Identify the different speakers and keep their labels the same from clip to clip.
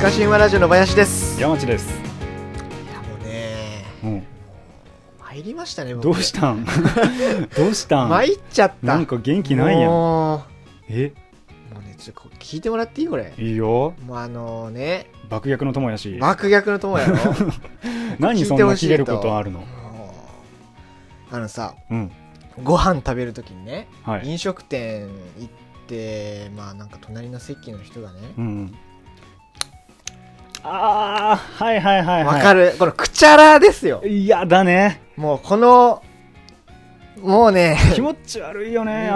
Speaker 1: かし馬ラジオの林です。
Speaker 2: 山地です。
Speaker 1: いやもうね、参りましたね。
Speaker 2: どうしたんどうしたん。
Speaker 1: 参っちゃった。
Speaker 2: なんか元気ないやん。
Speaker 1: もう
Speaker 2: ね、
Speaker 1: ちょっと聞いてもらっていいこれ。
Speaker 2: いいよ。
Speaker 1: もうね、
Speaker 2: 爆逆の友やし。
Speaker 1: 爆逆の友やろ
Speaker 2: 何そんな切れることあるの。
Speaker 1: さ、
Speaker 2: うん、
Speaker 1: ご飯食べるときにね、
Speaker 2: はい、
Speaker 1: 飲食店行って、なんか隣の席の人がね、
Speaker 2: はいはいはいはい。
Speaker 1: わかる。このくちゃらですよ。
Speaker 2: いやだね。
Speaker 1: もうこのもうね
Speaker 2: 気持ち悪いよね。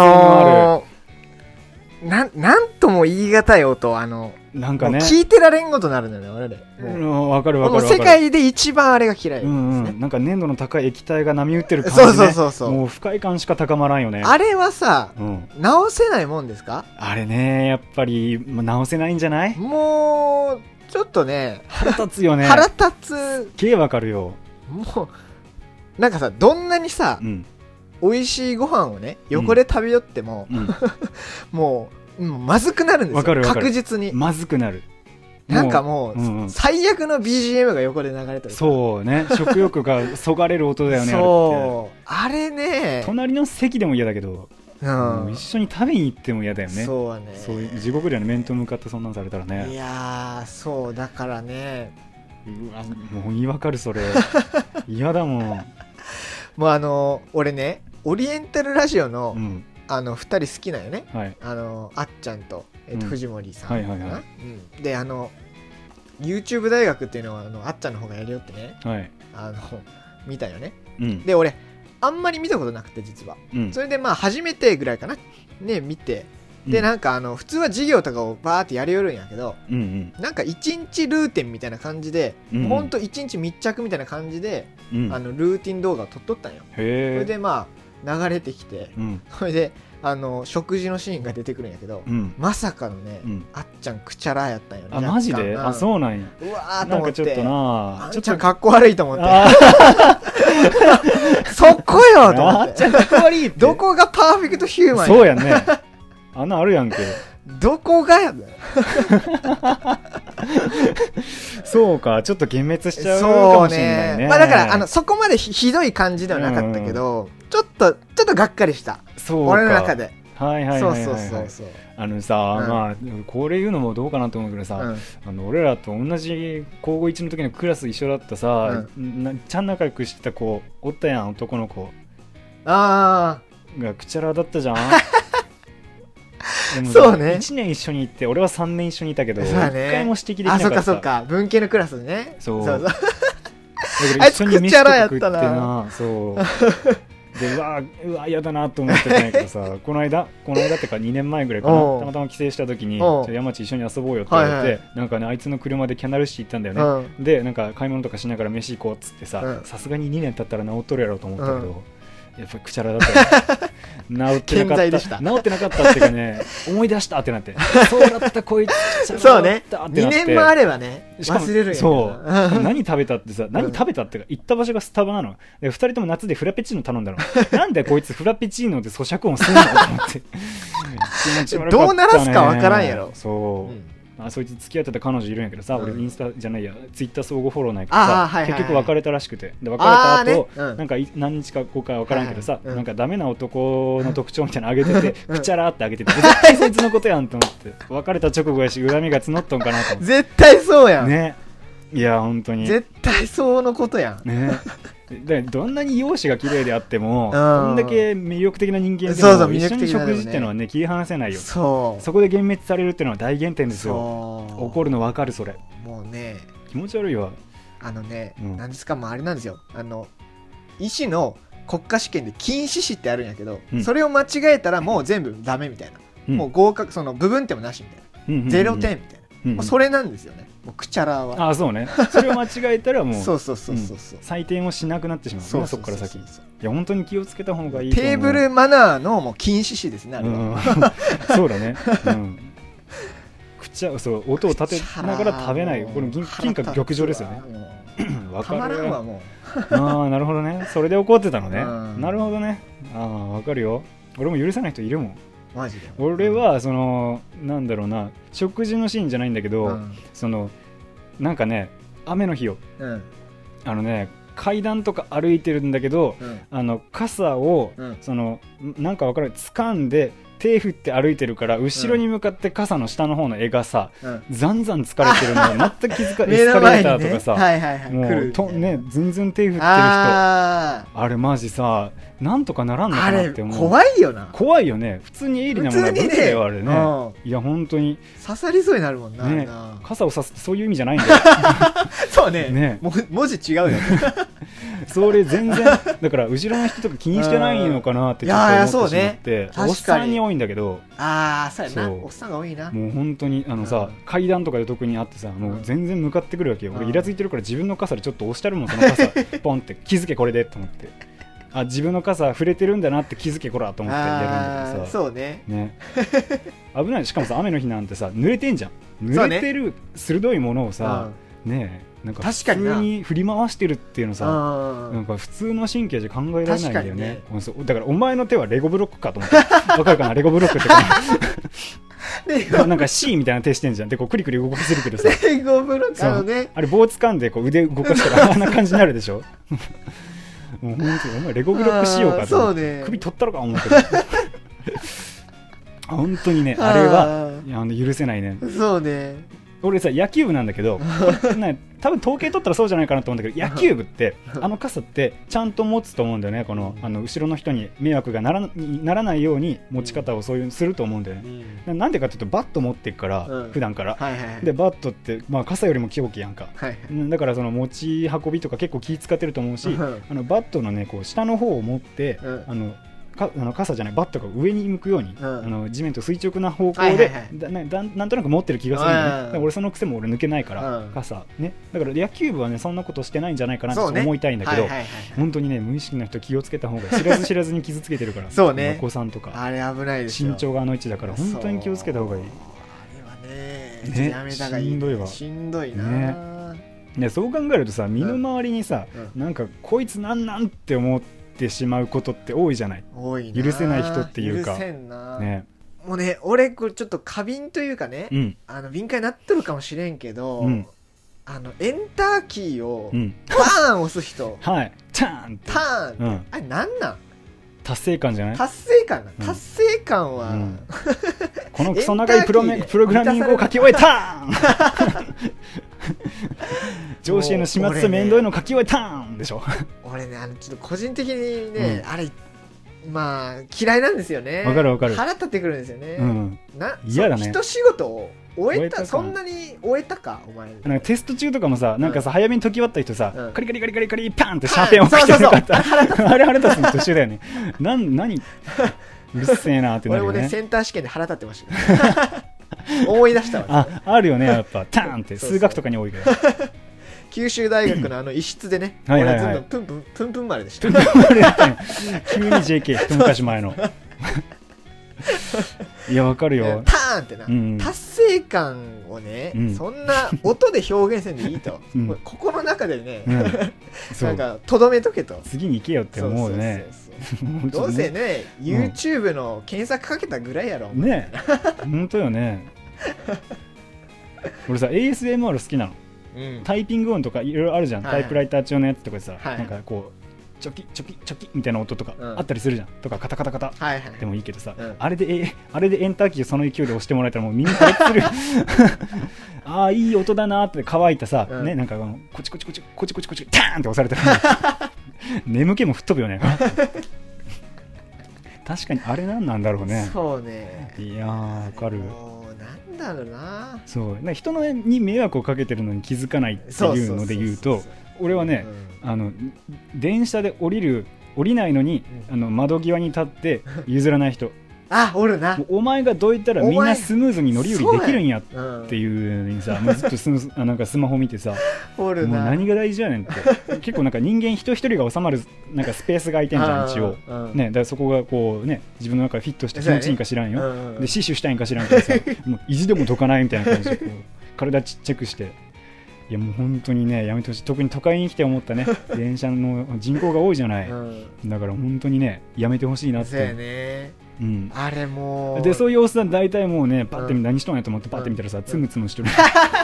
Speaker 1: なんとも言い難い音、
Speaker 2: なんかね、
Speaker 1: 聞いてられんことになるんだよね、俺で。
Speaker 2: わかる。
Speaker 1: もう世界で一番あれが嫌いですね。
Speaker 2: なんか粘度の高い液体が波打ってる感じね。
Speaker 1: そう。
Speaker 2: もう不快感しか高まらんよね。
Speaker 1: あれはさ、直せないもんですか？
Speaker 2: あれね、やっぱり直せないんじゃない？
Speaker 1: もうちょっとね、
Speaker 2: 腹立つよね。
Speaker 1: 腹立つ。
Speaker 2: すっげえわかるよ。
Speaker 1: もうなんかさ、どんなにさ、美味しいご飯をね横で食べよっても、もうまずくなるんですよ。
Speaker 2: わかる
Speaker 1: 確実に
Speaker 2: まずくなる。
Speaker 1: なんかもう、最悪の BGM が横で流れてる。
Speaker 2: そうね、食欲がそがれる音だよね。
Speaker 1: あれね、
Speaker 2: 隣の席でも嫌だけど、一緒に食べに行っても嫌だよね。
Speaker 1: そうね。
Speaker 2: そういう地獄だよね、面と向かってそんなんされたらね。
Speaker 1: いやー、そうだからね、
Speaker 2: もうわかるそれ嫌だもん。
Speaker 1: もう俺ね、オリエンタルラジオの、2人好きなんよね、あっちゃんと、藤森さんかな。でYouTube 大学っていうのはあっちゃんの方がやりよってね、見たよね。で俺あんまり見たことなくて実は、それで初めてぐらいかなね見て、でなんか普通は授業とかをバーってやりよるんやけど、なんか1日ルーティンみたいな感じで、ほんと1日密着みたいな感じで、ルーティン動画を撮っとったんよ。それで流れてきて、それで食事のシーンが出てくるんやけど、まさかのね、あっちゃんくちゃらやったんよね。
Speaker 2: あ、マジで？あ、そうなんや。
Speaker 1: うわーと思って、
Speaker 2: なんかちょっとな、
Speaker 1: あっちゃんかっこ悪いと思ってそこよと思って、
Speaker 2: あっちゃんかっこ悪いって、
Speaker 1: どこがパーフェクトヒューマンや。
Speaker 2: そうやね、あるやんけ
Speaker 1: どこがやねん
Speaker 2: そうか、ちょっと幻滅しちゃうかもしれないね。
Speaker 1: だからそこまで ひどい感じではなかったけど、ちょっとがっかりした。俺の中で。
Speaker 2: さ、これ言うのもどうかなと思うけどさ、俺らと同じ高校1の時のクラス一緒だったさ、ちゃん仲良くしてた子おったやん、男の子がくちゃらだったじゃんでもそうね、1年一緒にいて、俺は3年一緒にいたけど、1回も指摘できなかった。
Speaker 1: そうか文系のクラスね。そう
Speaker 2: 一緒に飯とか食ってな。そうで、うわ嫌だなと思ってたんやけどさ、この間ってか2年前ぐらいかな、たまたま帰省した時に山地一緒に遊ぼうよって言われて、なんかね、あいつの車でキャナルシー行ったんだよね。でなんか買い物とかしながら飯行こうっつってさ、さすがに2年経ったら治っとるやろうと思ったけど、やっぱりくちゃらだったよ治ってなかったっていうかね、思い出したってなって、そうだったこいつ
Speaker 1: そうね、2年もあればね忘れるよ。
Speaker 2: そう何食べたってさ、何食べたってか行った場所がスタバなので、2人とも夏でフラペチーノ頼んだのなんでこいつフラペチーノで咀嚼音すんのと思って気持ち悪かったね。
Speaker 1: どうならすかわからんやろ。
Speaker 2: そいつ付き合ってた彼女いるんやけどさ、俺インスタじゃないや、ツイッター相互フォローないけどさ、結局別れたらしくて、で別れた後、なんか何日か後か分からんけどさ、なんかダメな男の特徴みたいなの上げててくちゃらって上げてて、絶対そいつのことやんと思って、別れた直後やし恨みが募っとんかなと思って。
Speaker 1: 絶対そうやん
Speaker 2: ね。いや本当に
Speaker 1: 絶対そうのことやんね。
Speaker 2: でどんなに容姿が綺麗であっても、どんだけ魅力的な人間でも一緒に食事っていうのはね、切り離せないよ。そこで幻滅されるっていうのは大減点ですよ。怒るの分かる。それ
Speaker 1: もうね、
Speaker 2: 気持ち悪いわ。
Speaker 1: なんですか、もうあれなんですよ、医師の国家試験で近視視ってあるんやけど、それを間違えたらもう全部ダメみたいな、もう合格、その部分点もなしみたいな、0点みたいな、それなんですよね、もうくちゃらは。そうね、それを間違えたらもう採点をしなくなってしまうね、そっから先。いや本当に気をつけた方がいいと思う。テーブルマナーのもう禁止詞ですね、あれは。そうだね。そう、音を立てながら食べない、この金閣玉上ですよね。わかるわ、もう。なるほどね、それで怒ってたのね。なるほどね。わかるよ。俺も許さない人いるもん。 マジで。
Speaker 2: 俺はそのなんだろうな、食事のシーンじゃないんだけど、そのなんかね雨の日よ、階段とか歩いてるんだけど、傘を、そのなんか分からない掴んで手振って歩いてるから後ろに向かって傘の下の方の絵がさ、ざんざん疲れてるのを全く気づかエスカレーターとかさ、もうとね全然手振ってる人、あれマジさなんとかならんのかなって思う。
Speaker 1: 怖いよな。
Speaker 2: 怖いよね。普通に鋭利なものは武器だよあれね。いや本当に
Speaker 1: 刺さりそうになるもんな。
Speaker 2: ね、傘を刺すってそういう意味じゃないんだよ。
Speaker 1: そうね。文字違うよね。
Speaker 2: それ全然だから後ろの人とか気にしてないのかなってちょっと思ってしまって、おっさんに多いんだけど。
Speaker 1: そうやな。おっさんが多いな。
Speaker 2: もう本当にさ階段とかで特にあってさ、もう全然向かってくるわけよ。俺イラついてるから自分の傘でちょっと押してあるもん、その傘ポンって気づけこれでと思って。自分の傘触れてるんだなって気づけこらと思ってやるんだけどさ、
Speaker 1: そうね
Speaker 2: 危ない。しかもさ雨の日なんてさ濡れてんじゃん。濡れてる鋭いものをさ、なんか普通に振り回してるっていうのさ、なんか普通の神経じゃ考えられないんだよね。だからお前の手はレゴブロックかと思って。わかるかな、レゴブロックってかなんか C みたいな手してんじゃん。でこうクリクリ動かせるけどさ、
Speaker 1: レゴブロック
Speaker 2: あれ棒掴んでこう腕動かしたらあんな感じになるでしょ。もう本当にお前レゴブロックしようかと思って、首取ったろか思ってる。本当にねあれは許せないね。
Speaker 1: そうね。
Speaker 2: 俺さ野球部なんだけど多分統計取ったらそうじゃないかなと思うんだけど、野球部って傘ってちゃんと持つと思うんだよね。この後ろの人に迷惑がならないように持ち方をそういうにすると思うんだよね。なんでかっていうとバット持ってるから、普段から、でバットって、傘よりも強気やんか、だからその持ち運びとか結構気使ってると思うし、バットのねこう下の方を持って、傘じゃないバットが上に向くように、地面と垂直な方向でなんとなく持ってる気がするんだね。俺その癖も俺抜けないから、傘ね。だから野球部はねそんなことしてないんじゃないかなと思いたいんだけど、本当にね無意識な人気をつけた方が、知らず知らずに傷つけてるからお子さんとかあれ危ないですよ。身長が位置だから本当に気をつけた方がいい。
Speaker 1: あれはねやめた方がいい。しんどいな。
Speaker 2: そう考えるとさ、身の回りにさ、なんかこいつなんって思ってしまうことって多いじゃない。許せない人っていうか。
Speaker 1: 許せんな。もうね、俺これちょっと過敏というかね、敏感になってるかもしれんけど、エンターキーをバーン押す人、
Speaker 2: はい、ターンって
Speaker 1: ターン、あれなんなん？
Speaker 2: 達成感じゃない？
Speaker 1: 達成感は、
Speaker 2: このクソ長いプログラミングを書き終えた上司への始末面倒いの書き終えたんでしょ。
Speaker 1: 俺ねちょっと個人的にね、あれ嫌いなんですよね。
Speaker 2: わかる
Speaker 1: 腹立ってくるんですよね。
Speaker 2: 嫌だね。
Speaker 1: 一仕事を終えたそんなに終えたかお前。
Speaker 2: なんかテスト中とかもさ、なんかさ早めに解き終わった人さ、カリカリカリカリカリパンってシャーペンを書いてなかった。あれ腹立つのと一緒だよね。何うるせえなってなるよね。
Speaker 1: 俺もねセンター試験で腹立ってました。思い出したわ。
Speaker 2: あるよねやっぱターンって数学とかに多いから。
Speaker 1: 九州大学の一室でね、俺ずっとプンプン丸でした。
Speaker 2: 急に JK 一昔前の。いやわかるよ。
Speaker 1: ターンってな、達成感をね、そんな音で表現せんでいいと、心の中でね、なんかとどめとけと。
Speaker 2: 次に行けよって思うよね。
Speaker 1: どうせね YouTube の検索かけたぐらいやろ
Speaker 2: ね。本当よね。俺さ ASMR 好きなの。タイピング音とかいろいろあるじゃん、タイプライター調のやつとかでさ、なんかこうチョキチョキチョキみたいな音とかあったりするじゃん、とかカタカタカタでもいいけどさ、あれでエンターキーをその勢いで押してもらえたらもう耳破裂する。ああいい音だなって乾いたさ、ね、なんかコチコチコチコチコチコチターンって押されたら眠気も吹っ飛ぶよね。確かにあれなんだろうね。
Speaker 1: そうね。
Speaker 2: いやわかる。
Speaker 1: なんだろうな。
Speaker 2: そう人に迷惑をかけてるのに気づかないっていうので言うと、俺はね、電車で降りないのに、窓際に立って譲らない人。
Speaker 1: おるな。
Speaker 2: お前がどう言ったらみんなスムーズに乗り降りできるんやっていうのにさ、もうずっとなんかスマホ見てさ、もう何が大事やねんって。結構なんか人間一人が収まるなんかスペースが空いてんじゃん一応ね。だからそこがこうね自分の中でフィットして気持ちいいんか知らんよ。で死守したいんか知らんけどさ、もう意地でも解かないみたいな感じでこう体ちっちゃくして。いやもう本当にねやめてほしい。特に都会に来て思ったね。電車の人口が多いじゃない、だから本当にねやめてほしいなって。 うん、
Speaker 1: あれもう
Speaker 2: でそういう様子は大体もうねパッて何しとんやと思ってパッて見たらさ、つむつむしてる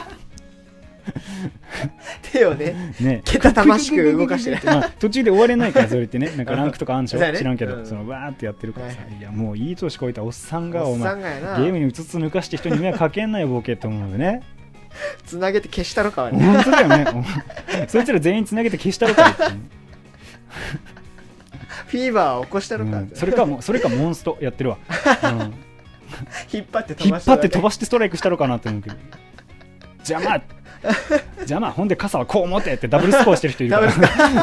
Speaker 1: 手をねけたたましく動かしてる
Speaker 2: 途中で終われないからそれってねなんかランクとかあんしょ知らんけど、そのわーってやってるからさ、いやもういい年こいたおっさんがお前ゲームにうつつ抜かして人に迷惑かけんなよボケって思うよね。
Speaker 1: つなげて消したろか
Speaker 2: ね。本当だよねそいつら全員つなげて消したろかって、ね、
Speaker 1: フィーバーを起こしたろか、
Speaker 2: それかモンストやってるわ、
Speaker 1: 引っ張って
Speaker 2: 飛ばしてストライクしたろかなって思うけど邪魔ほんで傘はこう持てってダブルスコアしてる人いるから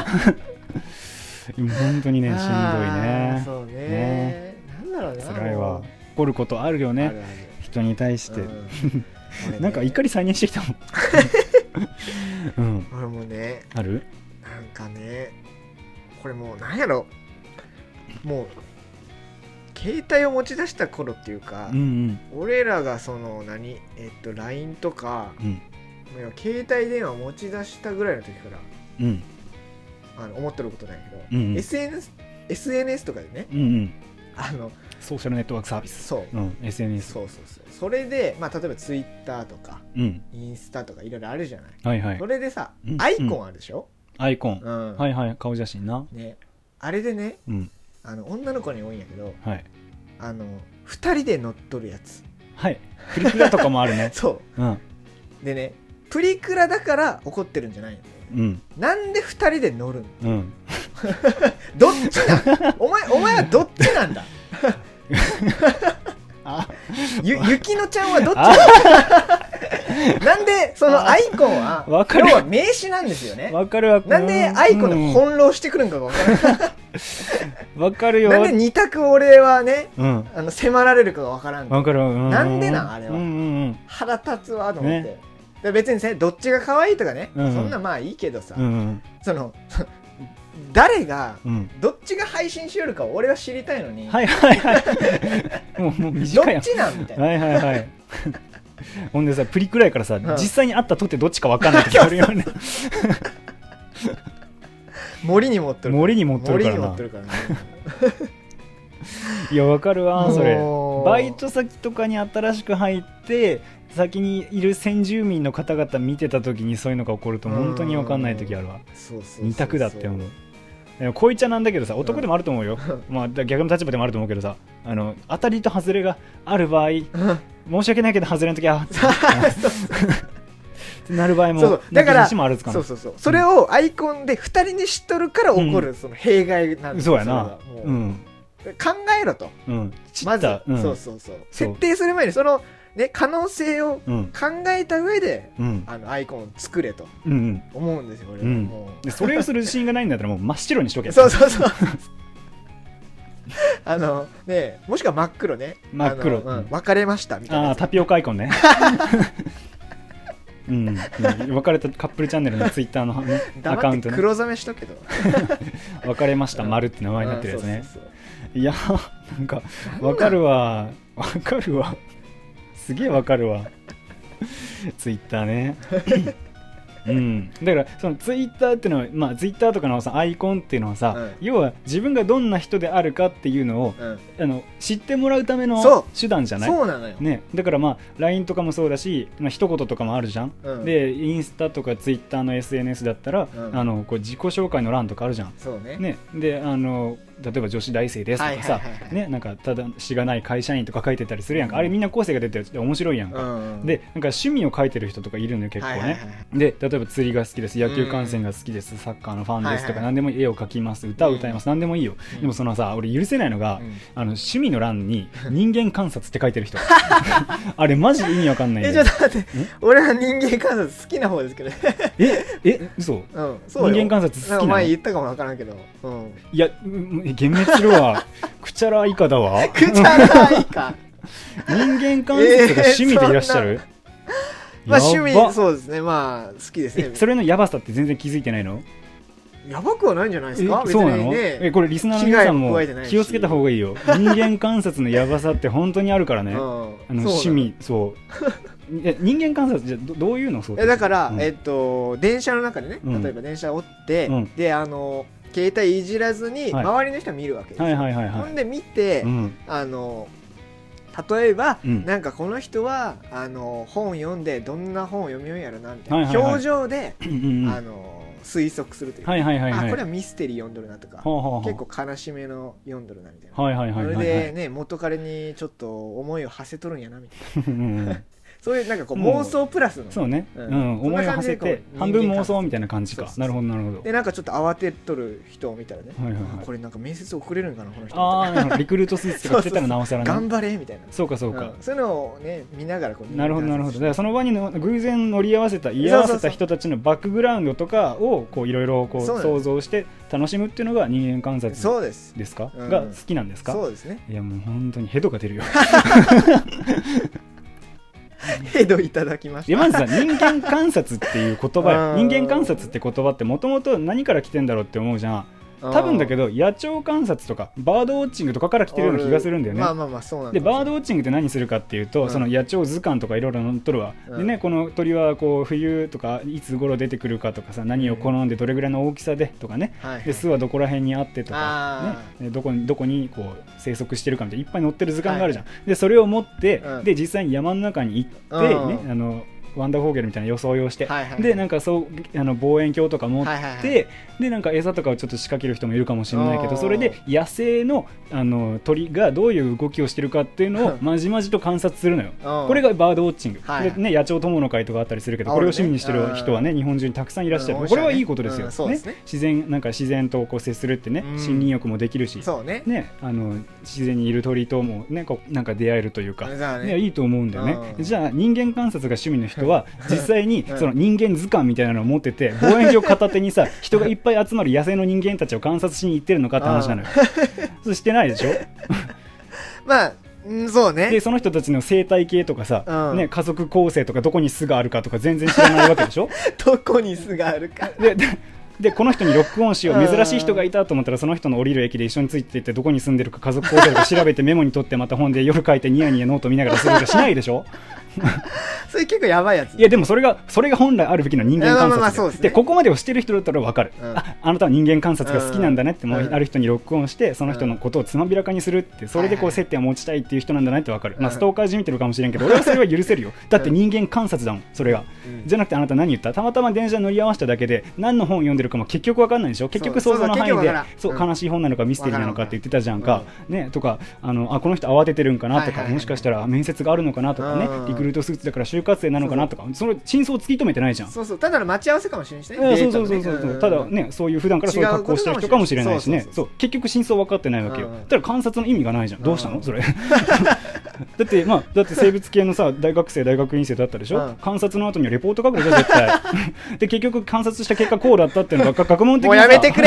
Speaker 2: 本当にねしんどいね。
Speaker 1: そうね、なんだろうな、
Speaker 2: 辛いわ。怒ることあるよね、ある人に対して、なんか怒り再燃してきたもん
Speaker 1: 俺もね
Speaker 2: ある
Speaker 1: なんかねこれもうなんやろもう携帯を持ち出した頃っていうか、俺らがそのLINE とか、携帯電話を持ち出したぐらいの時から、思ってることないけど、SNS とかでね、
Speaker 2: ソーシャルネットワークサービス、
Speaker 1: そう、
Speaker 2: SNS、
Speaker 1: それで、例えばツイッターとか、インスタとかいろいろあるじゃない、それでさ、アイコンあるでしょ、
Speaker 2: アイコン、はいはい、顔写真な、
Speaker 1: ね、あれでね、女の子に多いんやけど、2人で乗っとるやつ、
Speaker 2: プリクラとかもあるね
Speaker 1: そう、でねプリクラだから怒ってるんじゃないの、なんで2人で乗るの、どっちなんお前はどっちなんだゆきのちゃんはどっちなんでそのアイコンは要は名詞なんですよね。わかる。なんでアイコンで翻弄してくるんかがわからない
Speaker 2: わかるよ。
Speaker 1: なんで二択俺はね、迫られるかがわからん。
Speaker 2: わかる。
Speaker 1: なんでなんあれは、腹立つわと思って、で別にどっちが可愛いとかね、そんなまあいいけどさ、その誰が、どっちが配信しよるか俺は知りたいのに、
Speaker 2: もう短いやん。
Speaker 1: どっちなんみたいな。
Speaker 2: ほんでさプリクラやからさ、実際に会ったとってどっちか分かんない時あるよね
Speaker 1: 森に持ってる
Speaker 2: からな。いや分かるわそれ。バイト先とかに新しく入って先にいる先住民の方々見てた時にそういうのが起こると本当に分かんない時あるわ。二択だって思う。でもこいちゃなんだけどさ、男でもあると思うよ、逆の立場でもあると思うけどさ、当たりと外れがある場合、申し訳ないけど外れの時はなる場合も
Speaker 1: だからそれをアイコンで2人に知っとるから起こるその弊害なんですよ。
Speaker 2: そうやな。
Speaker 1: 考えろと、まず設定する前にその可能性を考えた上で、アイコンを作れと思うんですよ、俺は。も
Speaker 2: うそれをする自信がないんだったらもう真っ白にしとけ。
Speaker 1: そうね、もしくは真っ黒ね。
Speaker 2: 真っ黒、
Speaker 1: 別れましたみたいな。
Speaker 2: タピオカアイコンね別れたカップルチャンネルのツイッターの、アカウントね。
Speaker 1: 黒染めしとけど
Speaker 2: 別れました丸って名前になってるやつね。いやなんか分かるわすげえわかるわツイッターねだからそのツイッターっていうのは、ツイッターとかのさアイコンっていうのはさ、要は自分がどんな人であるかっていうのを、知ってもらうための手段じゃない。
Speaker 1: そうなのよ、
Speaker 2: ね、だからLINE とかもそうだし、一言とかもあるじゃん、でインスタとかツイッターの SNS だったら、こう自己紹介の欄とかあるじゃん。
Speaker 1: そう
Speaker 2: ね。で例えば女子大生ですとかさ、なんかただしがない会社員とか書いてたりするやんか、あれみんな個性が出てて面白いやんか、でなんか趣味を書いてる人とかいるのよ結構ね、で例えば釣りが好きです、野球観戦が好きです、サッカーのファンですとか、何でも絵を描きます、歌を歌います、何でもいいよ。でもそのさ、俺許せないのが、趣味の欄に人間観察って書いてる人あれマジで意味わかんないんだよ。
Speaker 1: ちょっと待って、俺は人間観察好きな方ですけど
Speaker 2: 嘘、
Speaker 1: 人
Speaker 2: 間観察好きなの。
Speaker 1: 前言ったかもわからんけど、
Speaker 2: いや幻滅するわくちゃらイカだわ
Speaker 1: くちゃらイカ
Speaker 2: 人間観察が趣味でいらっしゃる、
Speaker 1: 趣味、そうですね、好きですね。
Speaker 2: それのヤバさって全然気づいてないの？
Speaker 1: やばくはないんじゃないですか。
Speaker 2: そうなの？これリスナーの皆さんも気をつけた方がいいよ。人間観察のヤバさって本当にあるからね趣味、人間観察じゃどういうの？そう
Speaker 1: だから、電車の中でね、例えば電車を追って、で携帯いじらずに周りの人は見るわけですよ、ほんで見て、例えば、なんかこの人は本読んでどんな本を読みようやろなみたいな、表情で推測するというか、これはミステリー読んどるなとか、結構悲しめの読んどるなみたいな、それでね元彼にちょっと思いを馳せとるんやなみたいなそういうなんかこう妄想プラスの、
Speaker 2: そうね、思いを馳せて半分妄想みたいな感じか。なるほどなるほど。
Speaker 1: でなんかちょっと慌てとる人を見たらね、これなんか面接遅れるんかなこの人、
Speaker 2: リクルートスーツとか着てたらなおさらね、
Speaker 1: 頑張れみたいな、
Speaker 2: そうかそうか、
Speaker 1: そういうのをね見ながらこう、
Speaker 2: なるほどなるほど。だからその場に偶然乗り合わせた居合わせた人たちのバックグラウンドとかをこういろいろこう想像して楽しむっていうのが人間観察ですか、が好きなんですか。
Speaker 1: そうですね。
Speaker 2: いやもう本当にヘドが出るよ
Speaker 1: ヘドいただきました。
Speaker 2: まずさ、人間観察っていう言葉人間観察って言葉ってもともと何から来てんだろうって思うじゃん。多分だけど野鳥観察とかバードウォッチングとかから来てるような気がするんだよね。
Speaker 1: そうなん
Speaker 2: でバードウォッチングって何するかっていうと、その野鳥図鑑とかいろいろ載っとるわ、でね、この鳥はこう冬とかいつ頃出てくるかとかさ、何を好んでどれぐらいの大きさでとかね、で巣はどこら辺にあってとか、ね、どこにこう生息してるかみたいないっぱい載ってる図鑑があるじゃん、でそれを持って、で実際に山の中に行ってね、ワンダーフォーゲルみたいな装いをして、でなんかそう望遠鏡とか持って、でなんか餌とかをちょっと仕掛ける人もいるかもしれないけど、それで野生の鳥がどういう動きをしてるかっていうのをまじまじと観察するのよ。これがバードウォッチングでね、野鳥友の会とかあったりするけど、これを趣味にしてる人はね日本中にたくさんいらっしゃる。これはいいことですよ、自然とこう接するってね、森林浴もできるし、ね、自然にいる鳥ともねこうなんか出会えるというか、いいと思うんだよね。じゃあ人間観察が趣味の人は実際にその人間図鑑みたいなのを持ってて、望遠鏡片手にさ人がいっぱい集まる野生の人間たちを観察しに行ってるのかって話なのよそうしてないでしょ
Speaker 1: まあそうね。
Speaker 2: でその人たちの生態系とかさ、ね、家族構成とかどこに巣があるかとか全然知らないわけでしょ
Speaker 1: どこに巣があるか
Speaker 2: でこの人にロックオンしよう、珍しい人がいたと思ったらその人の降りる駅で一緒についていってどこに住んでるか家族構成とか調べてメモに取って、また本で夜書いてニヤニヤノート見ながらするとかしないでしょ
Speaker 1: それ結構やばいやつ。
Speaker 2: いやでもそれが本来あるべきの人間観察で、ここまでをしてる人だったら分かる、あなたは人間観察が好きなんだねって、もうある人にロックオンしてその人のことをつまびらかにするって、それでこう接点を持ちたいっていう人なんだねって分かる。ストーカーじみてるかもしれんけど俺はそれは許せるよ。だって人間観察だもんそれが、じゃなくてあなた何言った、たまたま電車乗り合わせただけで何の本を読んでるかも結局分かんないでしょ。結局想像の範囲で悲しい本なのかミステリーなのかって言ってたじゃんか、ね、とかこの人慌ててるんかなとか、もしかしたら面接があるのかなとかね、リクルートスーツだから就活生なのかなとか、その真相を突き止めてないじゃん。
Speaker 1: ただの待ち合わせかもしれないしね。
Speaker 2: ただね、そういう普段からそういう格好をしてる人かもしれないしね。結局真相分かってないわけよ。ただ観察の意味がないじゃん。どうしたのそれだって生物系のさ大学院生だったでしょ、観察の後にはレポート書くでしょ絶対で結局観察した結果こうだったっていうのが学問的にさ、
Speaker 1: もうやめてくれ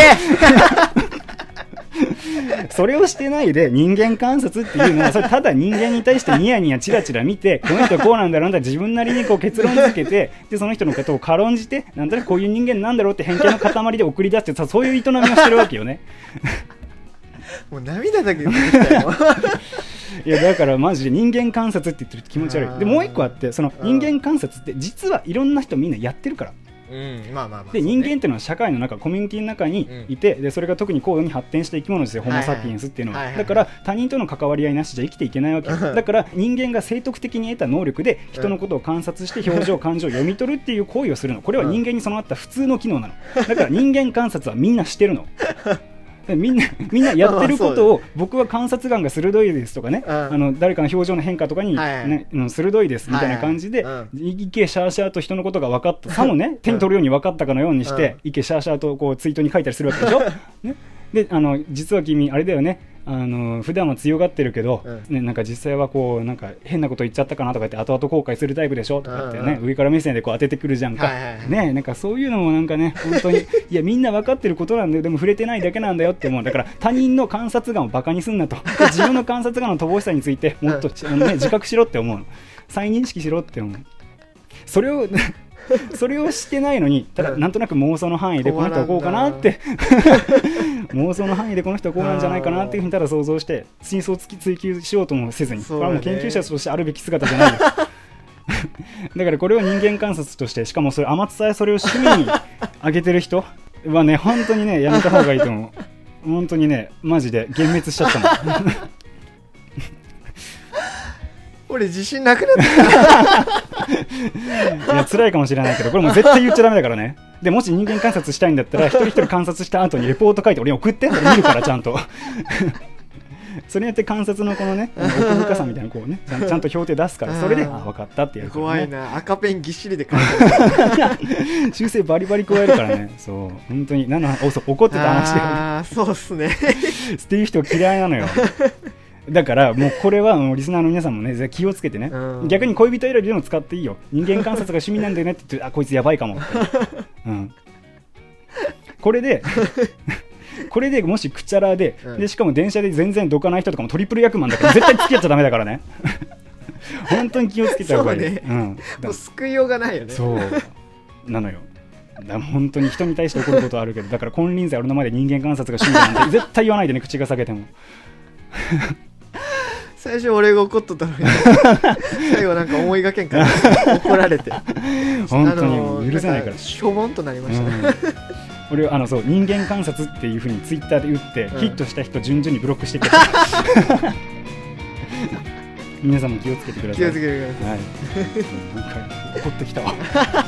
Speaker 2: それをしてないで人間観察っていうのはそれただ人間に対してニヤニヤチラチラ見てこの人はこうなんだろうな、自分なりにこう結論付けてでその人のことを軽んじてなんとなくこういう人間なんだろうって偏見の塊で送り出してさ、そういう営みをしてるわけよね
Speaker 1: もう涙だけ出てきたよ
Speaker 2: いやだからマジで人間観察って言ってると気持ち悪い。でもう一個あって、その人間観察って実はいろんな人みんなやってるから。で人間っていうのは社会の中コミュニティの中にいて、でそれが特に高度に発展した生き物ですよ、ホモ・サピエンスっていうのは。だから他人との関わり合いなしじゃ生きていけないわけだから人間が生徳的に得た能力で人のことを観察して表情感情を読み取るっていう行為をするの。これは人間に備わった普通の機能なの。だから人間観察はみんなしてるのみんなやってることを僕は観察眼が鋭いですとかね、誰かの表情の変化とかに、ね、鋭いですみたいな感じで、イケシャーシャーと人のことが分かったさもね手に取るように分かったかのようにして、イケシャーシャーとこうツイートに書いたりするわけでしょ、ね、で実は君あれだよね、普段は強がってるけど、ね、なんか実際はこうなんか変なこと言っちゃったかなとか言って後々後悔するタイプでしょとかってね、上から目線でこう当ててくるじゃんか、ね、なんかそういうのもなんかね本当にいやみんな分かってることなんだよ、でも触れてないだけなんだよって思う。だから他人の観察眼をバカにすんなと自分の観察眼の乏しさについてもっと、自覚しろって思うの。再認識しろって思う。それをしてないのに、ただなんとなく妄想の範囲でこの人はこうかなって妄想の範囲でこの人はこうなんじゃないかなっていうふうにただ想像して真相を追求しようともせずに、これはもう研究者としてあるべき姿じゃないよだからこれを人間観察として、しかもそれ天津さえそれを趣味に上げてる人はね本当にねやめた方がいいと思う。本当にねマジで幻滅しちゃったもん
Speaker 1: 俺自信なくなって
Speaker 2: きたいや辛いかもしれないけどこれもう絶対言っちゃダメだからね。でもし人間観察したいんだったら一人一人観察した後にレポート書いて俺に送って、俺見るからちゃんとそれによって観察のこのね奥深さみたいなこうねちゃんと評定出すから、それで分かったってやるから、ね、
Speaker 1: 怖いな、赤ペンぎっしりで書い
Speaker 2: て修正バリバリ加えるからね。そう本当にそう怒ってた話
Speaker 1: だよ。そうっすね
Speaker 2: っていう人嫌いなのよだからもうこれはリスナーの皆さんもね気をつけてね、逆に恋人選びでも使っていいよ。人間観察が趣味なんだよねって言ってこいつやばいかもって、これでもしくちゃらで、しかも電車で全然どかない人とかもトリプル役満だから絶対付き合っちゃダメだからね本当に気をつけた方がいい。
Speaker 1: そうね、もう救いようがないよね。
Speaker 2: そうなのよ。だ本当に人に対して怒ることはあるけど、だから金輪際俺の前で人間観察が趣味なんて絶対言わないでね口が裂けても
Speaker 1: 最初俺が怒っとったのに最後なんか思いがけんから怒られて
Speaker 2: 本当に許せないから
Speaker 1: しょぼんとなりましたね、
Speaker 2: 俺そう人間観察っていう風にツイッターで打って、ヒットした人順々にブロックしてくれ皆さんも気をつけてください。
Speaker 1: 気をつけてください、
Speaker 2: はい、なんか怒ってきたわ